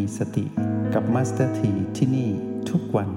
มีสติกับมาสเตอร์ทีที่นี่ทุกวัน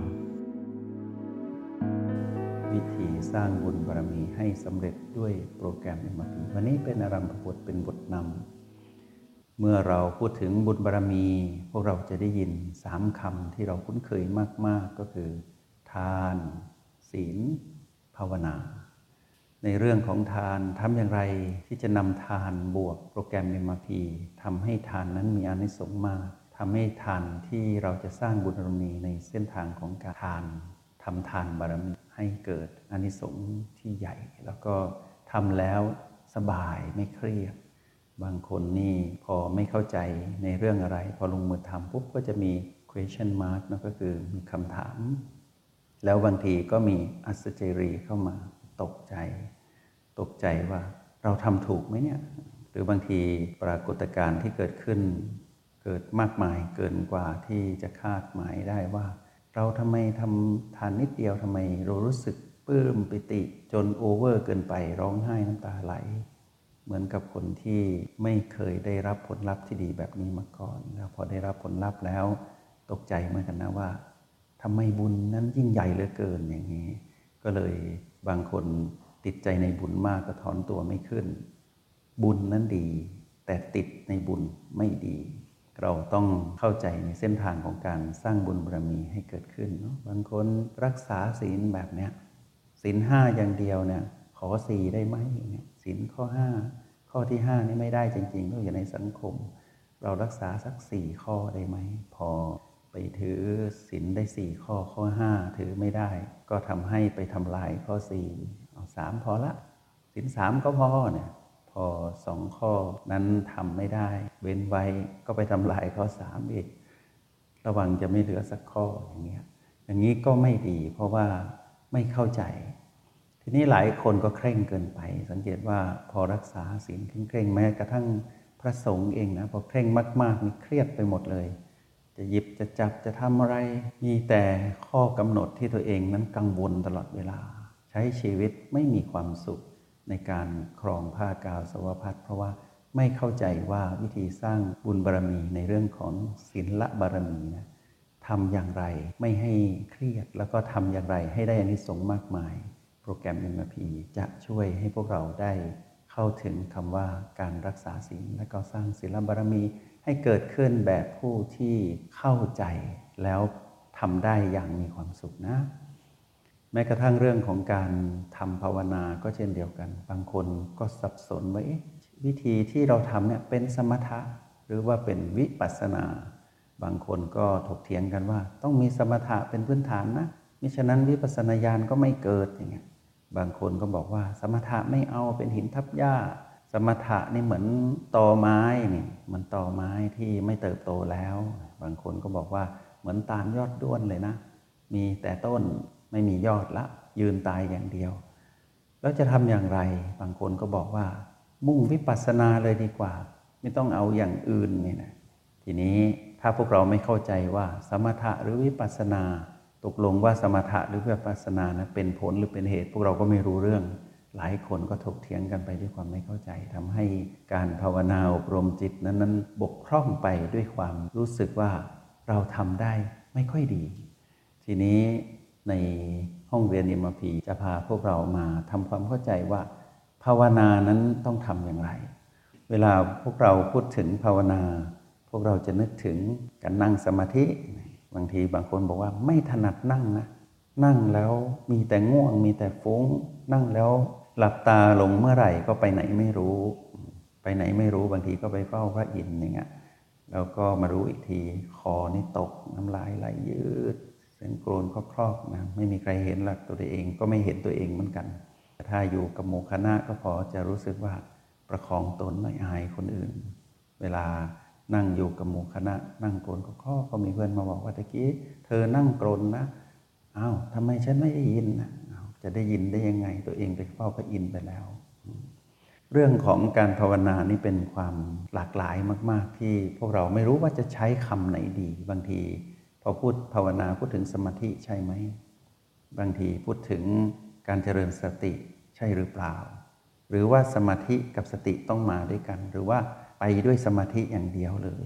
วิธีสร้างบุญบารมีให้สำเร็จด้วยโปรแกรม MRP วันนี้เป็นอารัมภบทเป็นบทนำเมื่อเราพูดถึงบุญบารมีพวกเราจะได้ยิน3คำที่เราคุ้นเคยมากๆก็คือทานศีลภาวนาในเรื่องของทานทำอย่างไรที่จะนำทานบวกโปรแกรม MRP ทำให้ทานนั้นมีอานิสงส์มากทำให้ทานที่เราจะสร้างบุญบารมีในเส้นทางของการทานทำทานบารมีให้เกิดอานิสงส์ที่ใหญ่แล้วก็ทำแล้วสบายไม่เครียดบางคนนี่พอไม่เข้าใจในเรื่องอะไรพอลงมือทำปุ๊บก็จะมี question mark นั่นก็คือมีคำถามแล้วบางทีก็มีอัศเจรีเข้ามาตกใจว่าเราทำถูกไหมเนี่ยหรือบางทีปรากฏการณ์ที่เกิดขึ้นเกิดมากมายเกินกว่าที่จะคาดหมายได้ว่าเราทำไมทำทานนิดเดียวทำไมเรารู้สึกปลื้มปิติจนโอเวอร์เกินไปร้องไห้น้ำตาไหลเหมือนกับคนที่ไม่เคยได้รับผลลัพธ์ที่ดีแบบนี้มาก่อนแล้วพอได้รับผลลัพธ์แล้วตกใจเหมือนกันนะว่าทำไมบุญนั้นยิ่งใหญ่เหลือเกินอย่างนี้ก็เลยบางคนติดใจในบุญมากก็ถอนตัวไม่ขึ้นบุญนั้นดีแต่ติดในบุญไม่ดีเราต้องเข้าใจในเส้นทางของการสร้างบุญบารมีให้เกิดขึ้นเนาะบางคนรักษาศีลแบบเนี้ยศีล5อย่างเดียวเนี่ยขอ4ได้ไหมเนี่ยศีลข้อ5ข้อที่5นี่ไม่ได้จริงๆก็อยู่ในสังคมเรารักษาสัก4ข้อได้ไหมพอไปถือศีลได้4ข้อ5ถือไม่ได้ก็ทำให้ไปทำลายข้อ4เอา3พอละศีล3ก็พอเนี่ยพอ2ข้อนั้นทำไม่ได้เว้นไว้ก็ไปทำลายข้อ3อีกระวังจะไม่เหลือสักข้ออย่างนี้ก็ไม่ดีเพราะว่าไม่เข้าใจทีนี้หลายคนก็เคร่งเกินไปสังเกตว่าพอรักษาศีลเคร่งแม้กระทั่งพระสงฆ์เองนะพอเคร่งมากๆนี่เครียดไปหมดเลยจะหยิบจะจับจะทำอะไรมีแต่ข้อกำหนดที่ตัวเองนั้นกังวลตลอดเวลาใช้ชีวิตไม่มีความสุขในการครองผ้ากาสาวพัสเพราะว่าไม่เข้าใจว่าวิธีสร้างบุญบารมีในเรื่องของศีลบารมีนะทำอย่างไรไม่ให้เครียดแล้วก็ทำอย่างไรให้ได้อานิสงส์มากมายโปรแกรม MRP จะช่วยให้พวกเราได้เข้าถึงคำว่าการรักษาศีลและก็สร้างศีลบารมีให้เกิดขึ้นแบบผู้ที่เข้าใจแล้วทำได้อย่างมีความสุขนะแม้กระทั่งเรื่องของการทำภาวนาก็เช่นเดียวกันบางคนก็สับสนว่าวิธีที่เราทำเนี่ยเป็นสมถะหรือว่าเป็นวิปัสสนาบางคนก็ถกเถียงกันว่าต้องมีสมถะเป็นพื้นฐานนะมิฉะนั้นวิปัสสนาญาณก็ไม่เกิดอย่างเงี้ยบางคนก็บอกว่าสมถะไม่เอาเป็นหินทับหญ้าสมถะนี่เหมือนตอไม้นี่มันตอไม้ที่ไม่เติบโตแล้วบางคนก็บอกว่าเหมือนตาลยอดด้วนเลยนะมีแต่ต้นไม่มียอดละยืนตายอย่างเดียวแล้วจะทำอย่างไรบางคนก็บอกว่ามุ่งวิปัสสนาเลยดีกว่าไม่ต้องเอาอย่างอื่นนี่นะทีนี้ถ้าพวกเราไม่เข้าใจว่าสมถะหรือวิปัสสนาตกลงว่าสมถะหรือวิปัสสนานะเป็นผลหรือเป็นเหตุพวกเราก็ไม่รู้เรื่องหลายคนก็ถกเถียงกันไปด้วยความไม่เข้าใจทำให้การภาวนาอบรมจิตนั้นบกพร่องไปด้วยความรู้สึกว่าเราทำได้ไม่ค่อยดีทีนี้ในห้องเรียน MRP จะพาพวกเรามาทำความเข้าใจว่าภาวนานั้นต้องทำอย่างไรเวลาพวกเราพูดถึงภาวนาพวกเราจะนึกถึงการนั่งสมาธิบางทีบางคนบอกว่าไม่ถนัดนั่งนะนั่งแล้วมีแต่ง่วงมีแต่ฟุ้งนั่งแล้วหลับตาลงเมื่อไหร่ก็ไปไหนไม่รู้บางทีก็ไปเฝ้าพระอินทร์อย่างเงี้ยแล้วก็มารู้อีกทีคอนี่ตกน้ำลายไหลยืดเสียงโกรนครอกๆนะไม่มีใครเห็นหรอกตัวเองก็ไม่เห็นตัวเองเหมือนกันแต่ถ้าอยู่กับหมู่คณะก็พอจะรู้สึกว่าประคองตนไม่อายคนอื่นเวลานั่งอยู่กับหมู่คณะนั่งโกรนครอกก็มีเพื่อนมาบอกว่าตะกี้เธอนั่งโกรนนะอ้าวทำไมฉันไม่ได้ยินนะจะได้ยินได้ยังไงตัวเองไปเฝ้าพระอินทร์ไปแล้วเรื่องของการภาวนานี่เป็นความหลากหลายมากๆที่พวกเราไม่รู้ว่าจะใช้คำไหนดีบางทีพอพูดภาวนาพูดถึงสมาธิใช่ไหมบางทีพูดถึงการเจริญสติใช่หรือเปล่าหรือว่าสมาธิกับสติต้องมาด้วยกันหรือว่าไปด้วยสมาธิอย่างเดียวเลยพ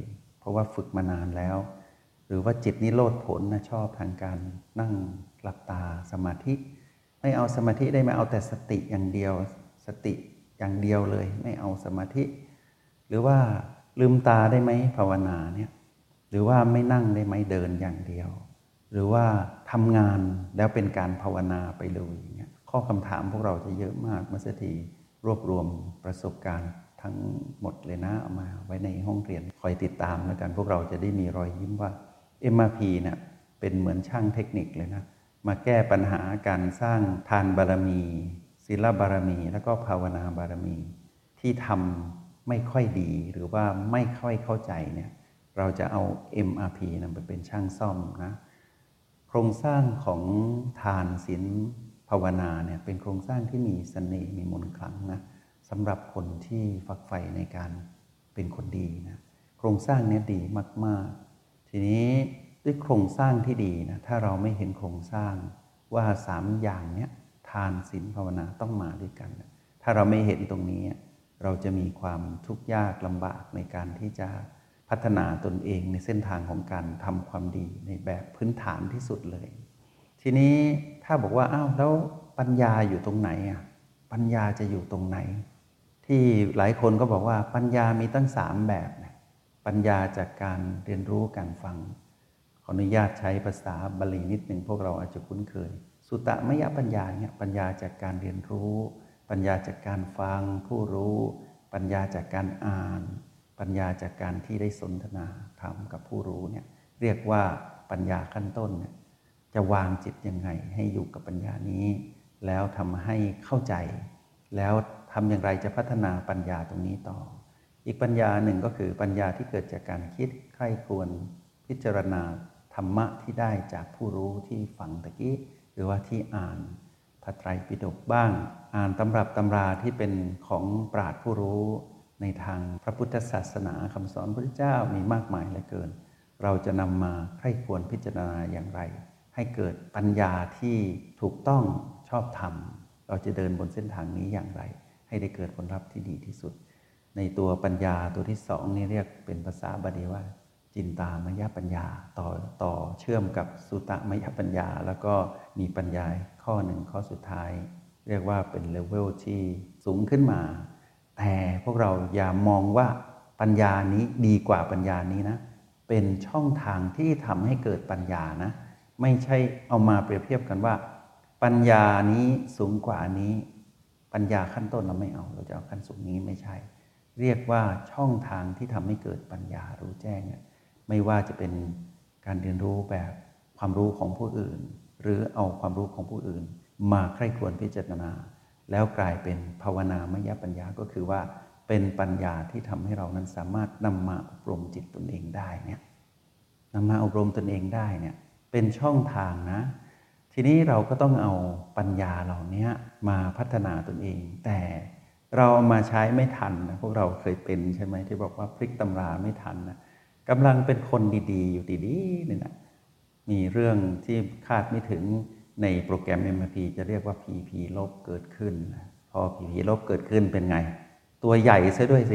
ราะว่าฝึกมานานแล้วหรือว่าจิตนิโรธผลนะชอบทางการนั่งหลับตาสมาธิไม่เอาสมาธิได้ไหมเอาแต่สติอย่างเดียวสติอย่างเดียวเลยไม่เอาสมาธิหรือว่าลืมตาได้ไหมภาวนาเนี่ยหรือว่าไม่นั่งได้ไหมเดินอย่างเดียวหรือว่าทำงานแล้วเป็นการภาวนาไปเลยอย่างเงี้ยข้อคำถามพวกเราจะเยอะมากมัสถีรวบรวมประสบการณ์ทั้งหมดเลยนะเอามาไว้ในห้องเรียนคอยติดตามแล้วกันพวกเราจะได้มีรอยยิ้มว่า MRP เนี่ยเป็นเหมือนช่างเทคนิคเลยนะมาแก้ปัญหาการสร้างทานบารมีศีลบารมีแล้วก็ภาวนาบารมีที่ทำไม่ค่อยดีหรือว่าไม่ค่อยเข้าใจเนี่ยเราจะเอา MRP นำไปเป็นช่างซ่อมนะโครงสร้างของทานศีลภาวนาเนี่ยเป็นโครงสร้างที่มีเสน่ห์มีมนต์ขลังนะสำหรับคนที่ฝักใฝ่ในการเป็นคนดีนะโครงสร้างนี้ดีมากๆทีนี้ด้วยโครงสร้างที่ดีนะถ้าเราไม่เห็นโครงสร้างว่า3อย่างเนี้ยทานศีลภาวนาต้องมาด้วยกันถ้าเราไม่เห็นตรงนี้เราจะมีความทุกข์ยากลำบากในการที่จะพัฒนาตนเองในเส้นทางของการทำความดีในแบบพื้นฐานที่สุดเลยทีนี้ถ้าบอกว่าอ้าวแล้วปัญญาอยู่ตรงไหนปัญญาจะอยู่ตรงไหนที่หลายคนก็บอกว่าปัญญามีตั้ง3แบบนะปัญญาจากการเรียนรู้การฟังขออนุญาตใช้ภาษาบาลีนิดหนึ่งพวกเราอาจจะคุ้นเคยสุตตมยปัญญาเนี่ยปัญญาจากการเรียนรู้ปัญญาจากการฟังผู้รู้ปัญญาจากการอ่านปัญญาจากการที่ได้สนทนาธรรมกับผู้รู้เนี่ยเรียกว่าปัญญาขั้นต้นเนี่ยจะวางจิตยังไงให้อยู่กับปัญญานี้แล้วทำให้เข้าใจแล้วทำอย่างไรจะพัฒนาปัญญาตรงนี้ต่ออีกปัญญาหนึ่งก็คือปัญญาที่เกิดจากการคิดใคร่ครวญพิจารณาธรรมะที่ได้จากผู้รู้ที่ฟังตะกี้หรือว่าที่อ่านพระไตรปิฎกบ้างอ่านตำรับตำราที่เป็นของปราชญ์ผู้รู้ในทางพระพุทธศาสนาคำสอนพระพุทธเจ้ามีมากมายเหลือเกินเราจะนำมาใคร่ครวญพิจารณาอย่างไรให้เกิดปัญญาที่ถูกต้องชอบธรรมเราจะเดินบนเส้นทางนี้อย่างไรให้ได้เกิดผลลัพธ์ที่ดีที่สุดในตัวปัญญาตัวที่2นี่เรียกเป็นภาษาบาลีว่าจินตามยปัญญาต่อเชื่อมกับสุตตมยปัญญาแล้วก็มีปัญญาข้อหนึ่งข้อสุดท้ายเรียกว่าเป็นเลเวลที่สูงขึ้นมาแต่พวกเราอย่ามองว่าปัญญานี้ดีกว่าปัญญานี้นะเป็นช่องทางที่ทำให้เกิดปัญญานะไม่ใช่เอามาเปรียบเทียบกันว่าปัญญานี้สูงกว่านี้ปัญญาขั้นต้นเราไม่เอาเราจะเอาขั้นสูงนี้ไม่ใช่เรียกว่าช่องทางที่ทำให้เกิดปัญญารู้แจ้งเนี่ยไม่ว่าจะเป็นการเรียนรู้แบบความรู้ของผู้อื่นหรือเอาความรู้ของผู้อื่นมาใคร่ครวญพิจารณาแล้วกลายเป็นภาวนามยปัญญาก็คือว่าเป็นปัญญาที่ทำให้เรานั้นสามารถนำมาอบรมจิตตนเองได้เนี่ยนำมาอบรมตนเองได้เนี่ยเป็นช่องทางนะทีนี้เราก็ต้องเอาปัญญาเหล่านี้มาพัฒนาตนเองแต่เราเอามาใช้ไม่ทันนะพวกเราเคยเป็นใช่ไหมที่บอกว่าพลิกตำราไม่ทันนะกำลังเป็นคนดีๆอยู่ดีๆนี่นะมีเรื่องที่คาดไม่ถึงในโปรแกรม MRP จะเรียกว่า PP ลบเกิดขึ้นพอ PP ลบเกิดขึ้นเป็นไงตัวใหญ่ซะด้วยสิ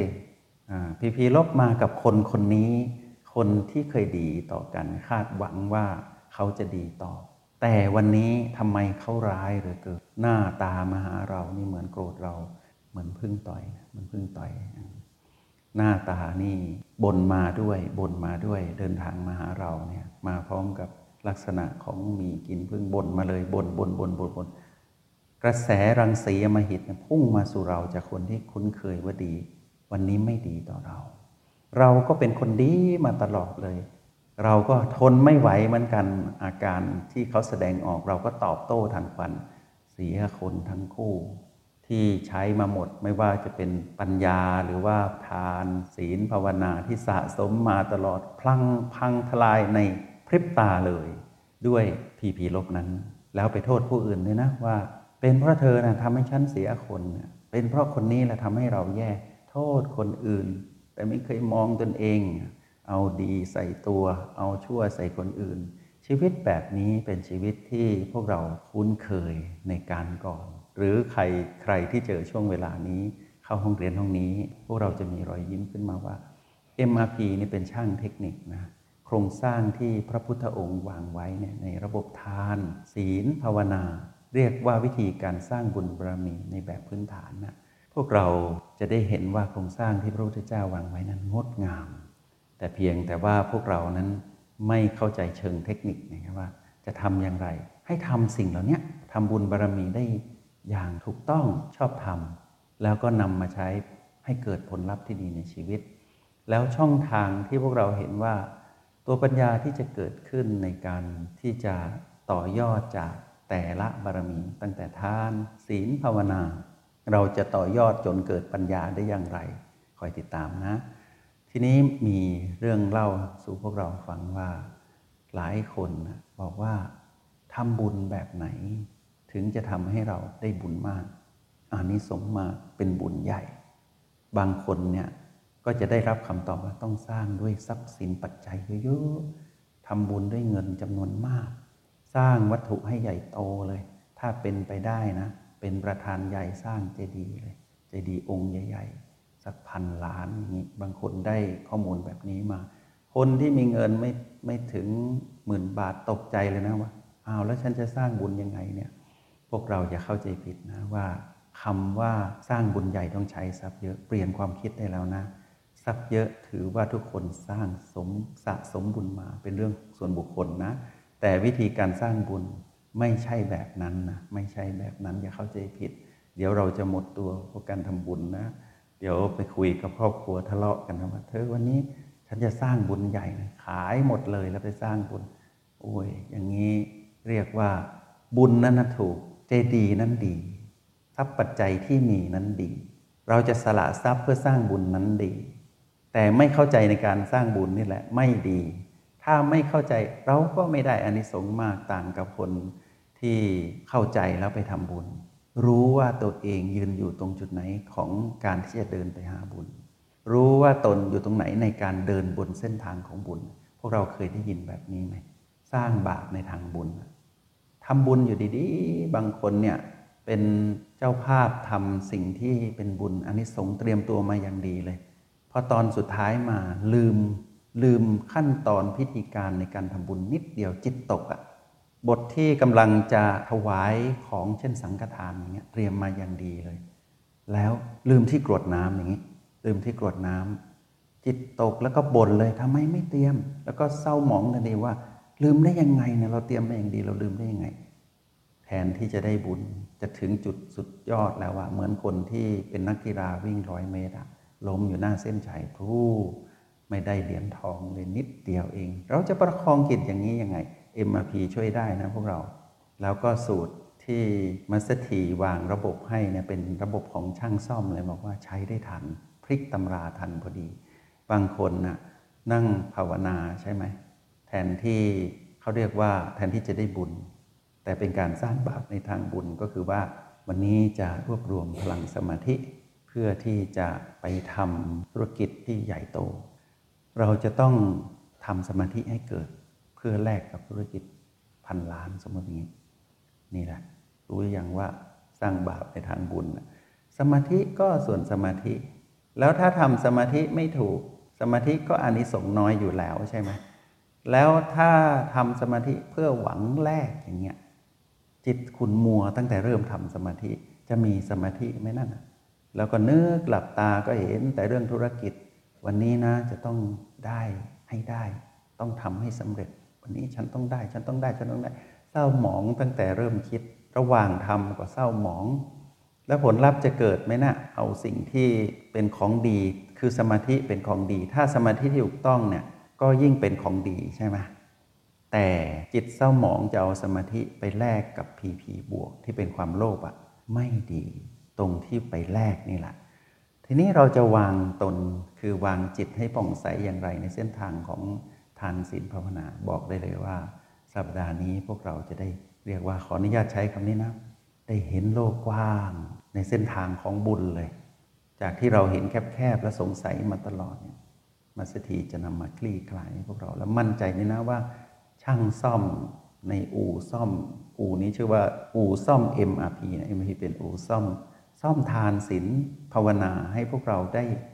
PP ลบมากับคนคนนี้คนที่เคยดีต่อกันคาดหวังว่าเขาจะดีต่อแต่วันนี้ทำไมเขาร้ายเหลือเกินหน้าตามาหาเรานี่เหมือนโกรธเราเหมือนพึ่งต่อยเหมือนพึ่งต่อยหน้าตานี่บ่นมาด้วยเดินทางมาหาเราเนี่ยมาพร้อมกับลักษณะของมีกินพึ่งบ่นมาเลยบ่นกระแสรังสีอำมหิตพุ่งมาสู่เราจากคนที่คุ้นเคยว่าดีวันนี้ไม่ดีต่อเราเราก็เป็นคนดีมาตลอดเลยเราก็ทนไม่ไหวเหมือนกันอาการที่เขาแสดงออกเราก็ตอบโต้ทันควันเสียคนทั้งคู่ที่ใช้มาหมดไม่ว่าจะเป็นปัญญาหรือว่าทานศีลภาวนาที่สะสมมาตลอดพังทลายในพริบตาเลยด้วยพีลบนั้นแล้วไปโทษผู้อื่นด้วยนะว่าเป็นเพราะเธอนะทำให้ฉันเสียคนเป็นเพราะคนนี้แหละทำให้เราแย่โทษคนอื่นแต่ไม่เคยมองตนเองเอาดีใส่ตัวเอาชั่วใส่คนอื่นชีวิตแบบนี้เป็นชีวิตที่พวกเราคุ้นเคยในการก่อนหรือใครที่เจอช่วงเวลานี้เข้าห้องเรียนห้องนี้พวกเราจะมีรอยยิ้มขึ้นมาว่า MRP นี่เป็นช่างเทคนิคนะโครงสร้างที่พระพุทธองค์วางไว้เนี่ยในระบบทานศีลภาวนาเรียกว่าวิธีการสร้างบุญบารมีในแบบพื้นฐานนะพวกเราจะได้เห็นว่าโครงสร้างที่พระพุทธเจ้าวางไว้นั้นงดงามแต่เพียงแต่ว่าพวกเรานั้นไม่เข้าใจเชิงเทคนิคนะครับว่าจะทำอย่างไรให้ทำสิ่งเหล่านี้ทำบุญบารมีได้อย่างถูกต้องชอบธรรมแล้วก็นำมาใช้ให้เกิดผลลัพธ์ที่ดีในชีวิตแล้วช่องทางที่พวกเราเห็นว่าตัวปัญญาที่จะเกิดขึ้นในการที่จะต่อยอดจากแต่ละบารมีตั้งแต่ทานศีลภาวนาเราจะต่อยอดจนเกิดปัญญาได้อย่างไรคอยติดตามนะทีนี้มีเรื่องเล่าสู่พวกเราฟังว่าหลายคนบอกว่าทำบุญแบบไหนถึงจะทำให้เราได้บุญมากอานิสงส์มากเป็นบุญใหญ่บางคนเนี่ยก็จะได้รับคำตอบว่าต้องสร้างด้วยทรัพย์สินปัจจัยเยอะๆทำบุญด้วยเงินจำนวนมากสร้างวัตถุให้ใหญ่โตเลยถ้าเป็นไปได้นะเป็นประธานใหญ่สร้างเจดีย์เลยเจดีย์องค์ใหญ่ๆสัก1,000 ล้านอย่างนี้บางคนได้ข้อมูลแบบนี้มาคนที่มีเงินไม่ถึง10,000 บาทตกใจเลยนะว่าอ้าวแล้วฉันจะสร้างบุญยังไงเนี่ยพวกเราอย่าเข้าใจผิดนะว่าคำว่าสร้างบุญใหญ่ต้องใช้ทรัพย์เยอะเปลี่ยนความคิดได้แล้วนะทรัพย์เยอะถือว่าทุกคนสร้างสะสมบุญมาเป็นเรื่องส่วนบุคคลนะแต่วิธีการสร้างบุญไม่ใช่แบบนั้นนะไม่ใช่แบบนั้นอย่าเข้าใจผิดเดี๋ยวเราจะหมดตัวเพราะการทำบุญนะเดี๋ยวไปคุยกับครอบครัวทะเลาะกันนะว่าเธอวันนี้ฉันจะสร้างบุญใหญ่นะขายหมดเลยแล้วไปสร้างบุญโอ้ยอย่างนี้เรียกว่าบุญนั้นนะถูกเจดีย์นั้นดีทรัพย์ปัจจัยที่มีนั้นดีเราจะสละทรัพย์เพื่อสร้างบุญนั้นดีแต่ไม่เข้าใจในการสร้างบุญนี่แหละไม่ดีถ้าไม่เข้าใจเราก็ไม่ได้อานิสงส์มากต่างกับคนที่เข้าใจแล้วไปทำบุญรู้ว่าตัวเองยืนอยู่ตรงจุดไหนของการที่จะเดินไปหาบุญรู้ว่าตนอยู่ตรงไหนในการเดินบนเส้นทางของบุญพวกเราเคยได้ยินแบบนี้ไหมสร้างบาปในทางบุญทำบุญอยู่ดีๆบางคนเนี่ยเป็นเจ้าภาพทำสิ่งที่เป็นบุญอานิสงส์เตรียมตัวมาอย่างดีเลยพอตอนสุดท้ายมาลืมขั้นตอนพิธีการในการทำบุญนิดเดียวจิตตกบทที่กำลังจะถวายของเช่นสังฆทานอย่างเงี้ยเตรียมมาอย่างดีเลยแล้วลืมที่กรวดน้ำอย่างนี้ลืมที่กรวดน้ำจิตตกแล้วก็บ่นเลยทำไมไม่เตรียมแล้วก็เศร้าหมองทันทีว่าลืมได้ยังไงเนี่ยเราเตรียมมาอย่างดีเราลืมได้ยังไงแทนที่จะได้บุญจะถึงจุดสุดยอดแล้วเหมือนคนที่เป็นนักกีฬาวิ่ง100 เมตรล้มอยู่หน้าเส้นชัยไม่ได้เหรียญทองเลยนิดเดียวเองเราจะประคองจิตอย่างนี้ยังไง MRP ช่วยได้นะพวกเราแล้วก็สูตรที่มัสถีวางระบบให้เนี่ยเป็นระบบของช่างซ่อมเลยบอกว่าใช้ได้ทันพลิกตำราทันพอดีบางคนนั่งภาวนาใช่ไหมแทนที่เขาเรียกว่าแทนที่จะได้บุญแต่เป็นการสร้างบาปในทางบุญก็คือว่าวันนี้จะรวบรวมพลังสมาธิเพื่อที่จะไปทำธุรกิจที่ใหญ่โตเราจะต้องทำสมาธิให้เกิดเพื่อแลกกับธุรกิจ1,000 ล้านสมมติอย่างนี้นี่แหละรู้อย่างว่าสร้างบาปในทางบุญสมาธิก็ส่วนสมาธิแล้วถ้าทำสมาธิไม่ถูกสมาธิก็อานิสงส์น้อยอยู่แล้วใช่ไหมแล้วถ้าทำสมาธิเพื่อหวังแลกอย่างเงี้ยจิตขุ่นมัวตั้งแต่เริ่มทำสมาธิจะมีสมาธิไหมนั่นแล้วก็นึกหลับตาก็เห็นแต่เรื่องธุรกิจวันนี้นะจะต้องได้ให้ได้ต้องทำให้สำเร็จวันนี้ฉันต้องได้เศร้าหมองตั้งแต่เริ่มคิดระหว่างทำก็เศร้าหมองแล้วผลลัพธ์จะเกิดไหมนะเอาสิ่งที่เป็นของดีคือสมาธิเป็นของดีถ้าสมาธิที่ถูกต้องเนี่ยก็ยิ่งเป็นของดีใช่ไหมแต่จิตเศร้าหมองจะเอาสมาธิไปแลกกับ PP บวกที่เป็นความโลภไม่ดีตรงที่ไปแลกนี่แหละทีนี้เราจะวางตนคือวางจิตให้ผ่องใสอย่างไรในเส้นทางของทานศีลภาวนาบอกได้เลยว่าสัปดาห์นี้พวกเราจะได้เรียกว่าขออนุญาตใช้คำนี้นะได้เห็นโลกกว้างในเส้นทางของบุญเลยจากที่เราเห็นแคบๆและสงสัยมาตลอดเนี่ยมัสถีจะนำมาคลี่คลายให้พวกเราและมั่นใจนี่นะว่าช่างซ่อมในอู่ซ่อมอู่นี้ชื่อว่าอู่ซ่อม MRP นะ MRP เป็นอู่ซ่อมทานศีลภาวนาให้พวกเราได้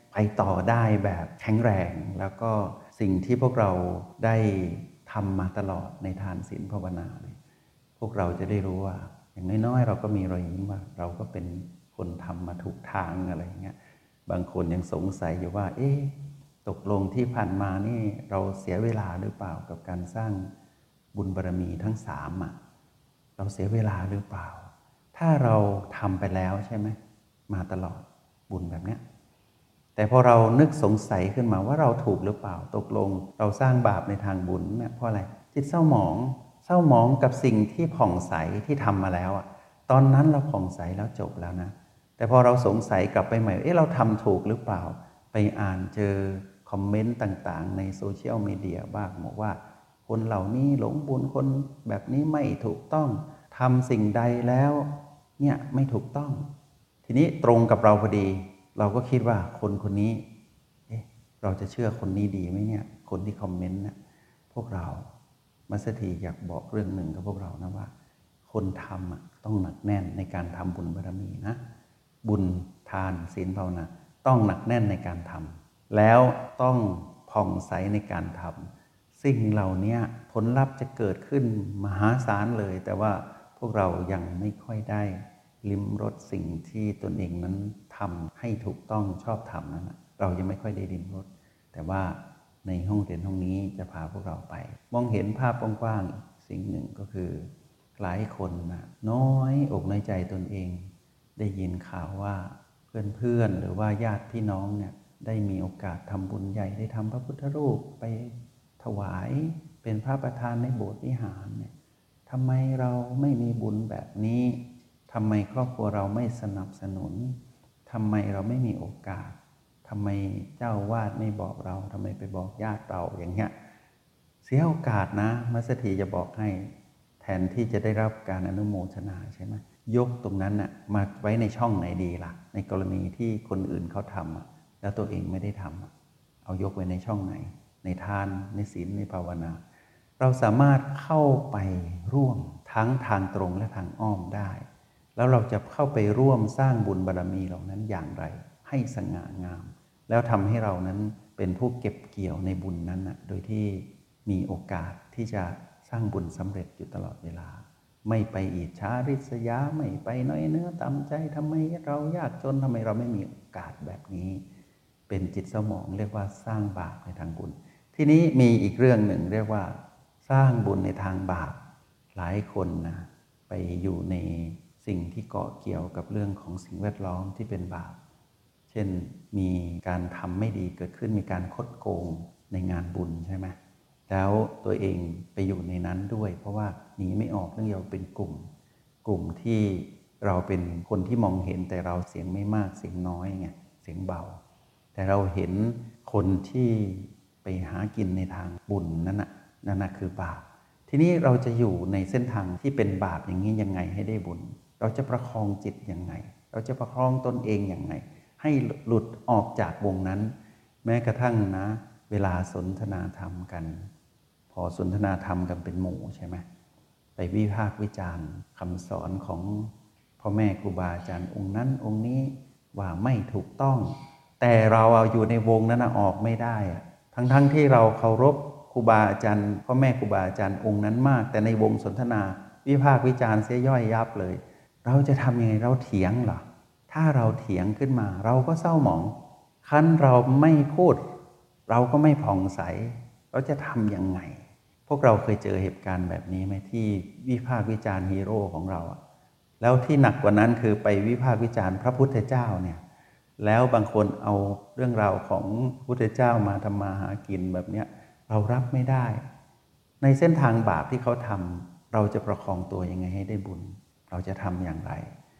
ไปต่อได้แบบแข็งแรงแล้วก็สิ่งที่พวกเราได้ทำมาตลอดในทานศีลภาวนาเนี่ยพวกเราจะได้รู้ว่าอย่างน้อยๆเราก็มีรอยยิ้มว่าเราก็เป็นคนทำมาถูกทางอะไรอย่างเงี้ยบางคนยังสงสัยอยู่ว่าตกลงที่ผ่านมานี่เราเสียเวลาหรือเปล่ากับการสร้างบุญบารมีทั้งสามเราเสียเวลาหรือเปล่าถ้าเราทำไปแล้วใช่ไหมมาตลอดบุญแบบเนี้ยแต่พอเรานึกสงสัยขึ้นมาว่าเราถูกหรือเปล่าตกลงเราสร้างบาปในทางบุญเนี่ยเพราะอะไรจิตเศร้าหมองกับสิ่งที่ผ่องใสที่ทำมาแล้วตอนนั้นเราผ่องใสแล้วจบแล้วนะแต่พอเราสงสัยกลับไปใหม่เราทำถูกหรือเปล่าไปอ่านเจอคอมเมนต์ต่างๆในโซเชียลมีเดียบ้างบอกว่าคนเหล่านี้หลงบุญคนแบบนี้ไม่ถูกต้องทำสิ่งใดแล้วเนี่ยไม่ถูกต้องทีนี้ตรงกับเราพอดีเราก็คิดว่าคนคนนี้เราจะเชื่อคนนี้ดีไหมเนี่ยคนที่คอมเมนต์นะพวกเรามัสถีอยากบอกเรื่องหนึ่งกับพวกเรานะว่าคนทำต้องหนักแน่นในการทำบุญบารมีนะบุญทานศีลภาวนาต้องหนักแน่นในการทำแล้วต้องผ่องใสในการทำสิ่งเหล่านี้ผลลัพธ์จะเกิดขึ้นมหาศาลเลยแต่ว่าพวกเรายังไม่ค่อยได้ลิ้มรสสิ่งที่ตนเองนั้นทำให้ถูกต้องชอบธรรมนั้นเรายังไม่ค่อยได้ลิ้มรสแต่ว่าในห้องเรียนห้องนี้จะพาพวกเราไปมองเห็นภาพกว้างๆสิ่งหนึ่งก็คือหลายคนน้อยอกน้อยใจตนเองได้ยินข่าวว่าเพื่อนๆหรือว่าญาติพี่น้องเนี่ยได้มีโอกาสทำบุญใหญ่ได้ทำพระพุทธรูปไปถวายเป็นพระประธานในโบสถ์วิหารเนี่ยทำไมเราไม่มีบุญแบบนี้ทำไมครอบครัวเราไม่สนับสนุนทำไมเราไม่มีโอกาสทำไมเจ้าวาดไม่บอกเราทำไมไปบอกญาติเราอย่างเงี้ยเสียโอกาสนะมัสถีจะบอกให้แทนที่จะได้รับการอนุโมทนาใช่ไหมยกตรงนั้นมาไว้ในช่องไหนดีล่ะในกรณีที่คนอื่นเขาทำแล้วตัวเองไม่ได้ทำเอายกไว้ในช่องไหนในทานในศีลในภาวนาเราสามารถเข้าไปร่วมทั้งทางตรงและทางอ้อมได้แล้วเราจะเข้าไปร่วมสร้างบุญบารมีเหล่านั้นอย่างไรให้สง่างามแล้วทำให้เรานั้นเป็นผู้เก็บเกี่ยวในบุญนั้นโดยที่มีโอกาสที่จะสร้างบุญสำเร็จอยู่ตลอดเวลาไม่ไปอิจฉาริษยาไม่ไปน้อยเนื้อต่ำใจทำไมเรายากจนทำไมเราไม่มีโอกาสแบบนี้เป็นจิตสมองเรียกว่าสร้างบาปในทางบุญทีนี้มีอีกเรื่องหนึ่งเรียกว่าสร้างบุญในทางบาปหลายคนไปอยู่ในสิ่งที่เกาะเกี่ยวกับเรื่องของสิ่งแวดล้อมที่เป็นบาปเช่นมีการทำไม่ดีเกิดขึ้นมีการคดโกงในงานบุญใช่ไหมแล้วตัวเองไปอยู่ในนั้นด้วยเพราะว่าหนีไม่ออกเนื่องจากเป็นกลุ่มที่เราเป็นคนที่มองเห็นแต่เราเสียงไม่มากเสียงน้อยไงเสียงเบาแต่เราเห็นคนที่ไปหากินในทางบุญนั่นคือบาปทีนี้เราจะอยู่ในเส้นทางที่เป็นบาปอย่างนี้ยังไงให้ได้บุญเราจะประคองจิตยังไงเราจะประคองตนเองยังไงให้หลุดออกจากวงนั้นแม้กระทั่งเวลาสนทนาธรรมกันพอสนทนาธรรมกันเป็นหมู่ใช่ไหมไปวิพากษ์วิจารณ์คำสอนของพ่อแม่ครูบาอาจารย์องค์นั้นองค์นี้ว่าไม่ถูกต้องแต่เราอยู่ในวงนั้นออกไม่ได้ทั้งที่เราเคารพครูบาอาจารย์พ่อแม่ครูบาอาจารย์องค์นั้นมากแต่ในวงสนทนาวิพากษ์วิจารณ์เสียย่อยยับเลยเราจะทำยังไงเราเถียงเหรอถ้าเราเถียงขึ้นมาเราก็เศร้าหมองคันเราไม่พูดเราก็ไม่ผ่องใสเราจะทำยังไงพวกเราเคยเจอเหตุการณ์แบบนี้ไหมที่วิพากษ์วิจารณ์ฮีโร่ของเราแล้วที่หนักกว่านั้นคือไปวิพากษ์วิจารณ์พระพุทธเจ้าเนี่ยแล้วบางคนเอาเรื่องราวของพระพุทธเจ้ามาทำมาหากินแบบเนี้ยเรารับไม่ได้ในเส้นทางบาปที่เขาทำเราจะประคองตัวยังไงให้ได้บุญเราจะทำอย่างไร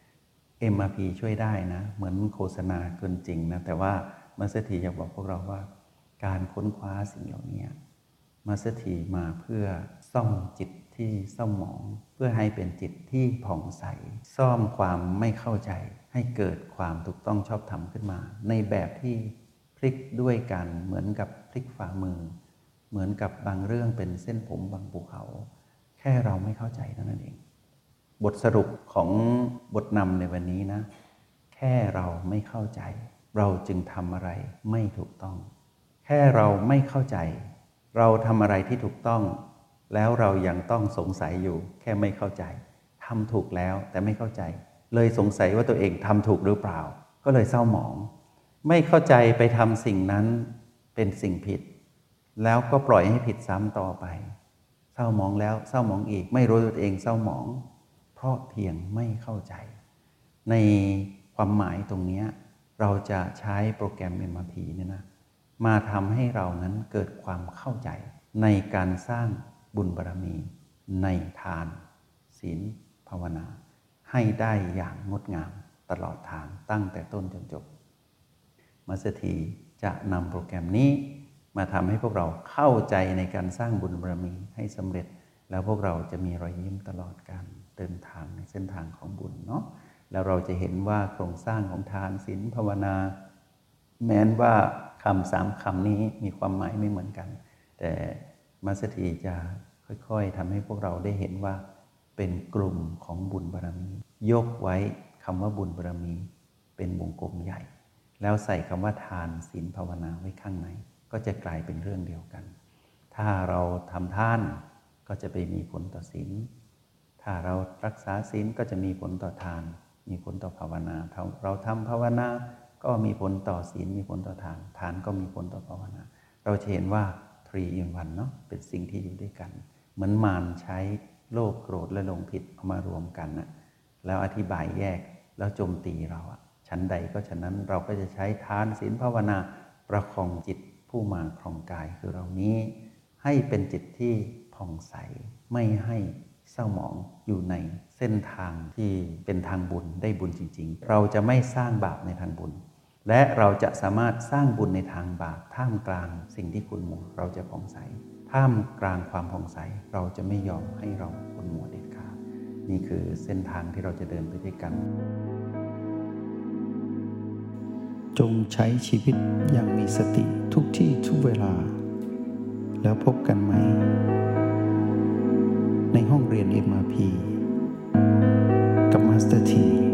MRP ช่วยได้นะเหมือนโฆษณาเกินจริงนะแต่ว่ามัสถีอยากบอกพวกเราว่าการค้นคว้าสิ่งเหล่านี้มัสถีมาเพื่อซ่อมจิตที่เศร้าหมองเพื่อให้เป็นจิตที่ผ่องใสซ่อมความไม่เข้าใจให้เกิดความถูกต้องชอบธรรมขึ้นมาในแบบที่พลิกด้วยกันเหมือนกับพลิกฝ่ามือเหมือนกับบางเรื่องเป็นเส้นผมบางภูเขาแค่เราไม่เข้าใจเท่านั้นเองบทสรุปของบทนำในวันนี้นะแค่เราไม่เข้าใจเราจึงทำอะไรไม่ถูกต้องแค่เราไม่เข้าใจเราทำอะไรที่ถูกต้องแล้วเรายังต้องสงสัยอยู่แค่ไม่เข้าใจทำถูกแล้วแต่ไม่เข้าใจเลยสงสัยว่าตัวเองทำถูกหรือเปล่าก็เลยเศร้าหมองไม่เข้าใจไปทำสิ่งนั้นเป็นสิ่งผิดแล้วก็ปล่อยให้ผิดซ้ำต่อไปเศร้าหมองแล้วเศร้าหมองอีกไม่รู้ตัวเองเศร้าหมองเพราะเพียงไม่เข้าใจในความหมายตรงนี้เราจะใช้โปรแกรม MRP เนี่ยนะมาทำให้เรานั้นเกิดความเข้าใจในการสร้างบุญบารมีในทานศีลภาวนาให้ได้อย่างงดงามตลอดทางตั้งแต่ต้นจนจบมัสถีจะนำโปรแกรมนี้มาทำให้พวกเราเข้าใจในการสร้างบุญบารมีให้สำเร็จแล้วพวกเราจะมีรอยยิ้มตลอดการเดินทางในเส้นทางของบุญเนาะแล้วเราจะเห็นว่าโครงสร้างของทานศีลภาวนาแม้นว่าคำ3 คำนี้มีความหมายไม่เหมือนกันแต่มัสถีจะค่อยๆทำให้พวกเราได้เห็นว่าเป็นกลุ่มของบุญบารมียกไว้คำว่าบุญบารมีเป็นวงกลมใหญ่แล้วใส่คำว่าทานศีลภาวนาไว้ข้างในก็จะกลายเป็นเรื่องเดียวกันถ้าเราทำทานก็จะไปมีผลต่อศีลถ้าเรารักษาศีลก็จะมีผลต่อทานมีผลต่อภาวนาเราทำภาวนาก็มีผลต่อศีลมีผลต่อทานทานก็มีผลต่อภาวนาเราจะเห็นว่า3 in 1เนาะเป็นสิ่งที่อยู่ด้วยกันเหมือนมารใช้โลภโกรธและหลงผิดเอามารวมกันนะแล้วอธิบายแยกแล้วโจมตีเราชั้นใดก็ฉะนั้นเราก็จะใช้ทานศีลภาวนาประคองจิตผู้มาครองกายคือเรานี้ให้เป็นจิตที่ผ่องใสไม่ให้เศร้าหมองอยู่ในเส้นทางที่เป็นทางบุญได้บุญจริงๆเราจะไม่สร้างบาปในทางบุญและเราจะสามารถสร้างบุญในทางบาปท่ามกลางสิ่งที่ขุ่นมัวเราจะผ่องใสท่ามกลางความผ่องใสเราจะไม่ยอมให้เราขุ่นมัวเด็ดขาดนี่คือเส้นทางที่เราจะเดินไปด้วยกันจงใช้ชีวิตอย่างมีสติทุกที่ทุกเวลาแล้วพบกันไหมในห้องเรียน MRP กับมาสเตอร์ที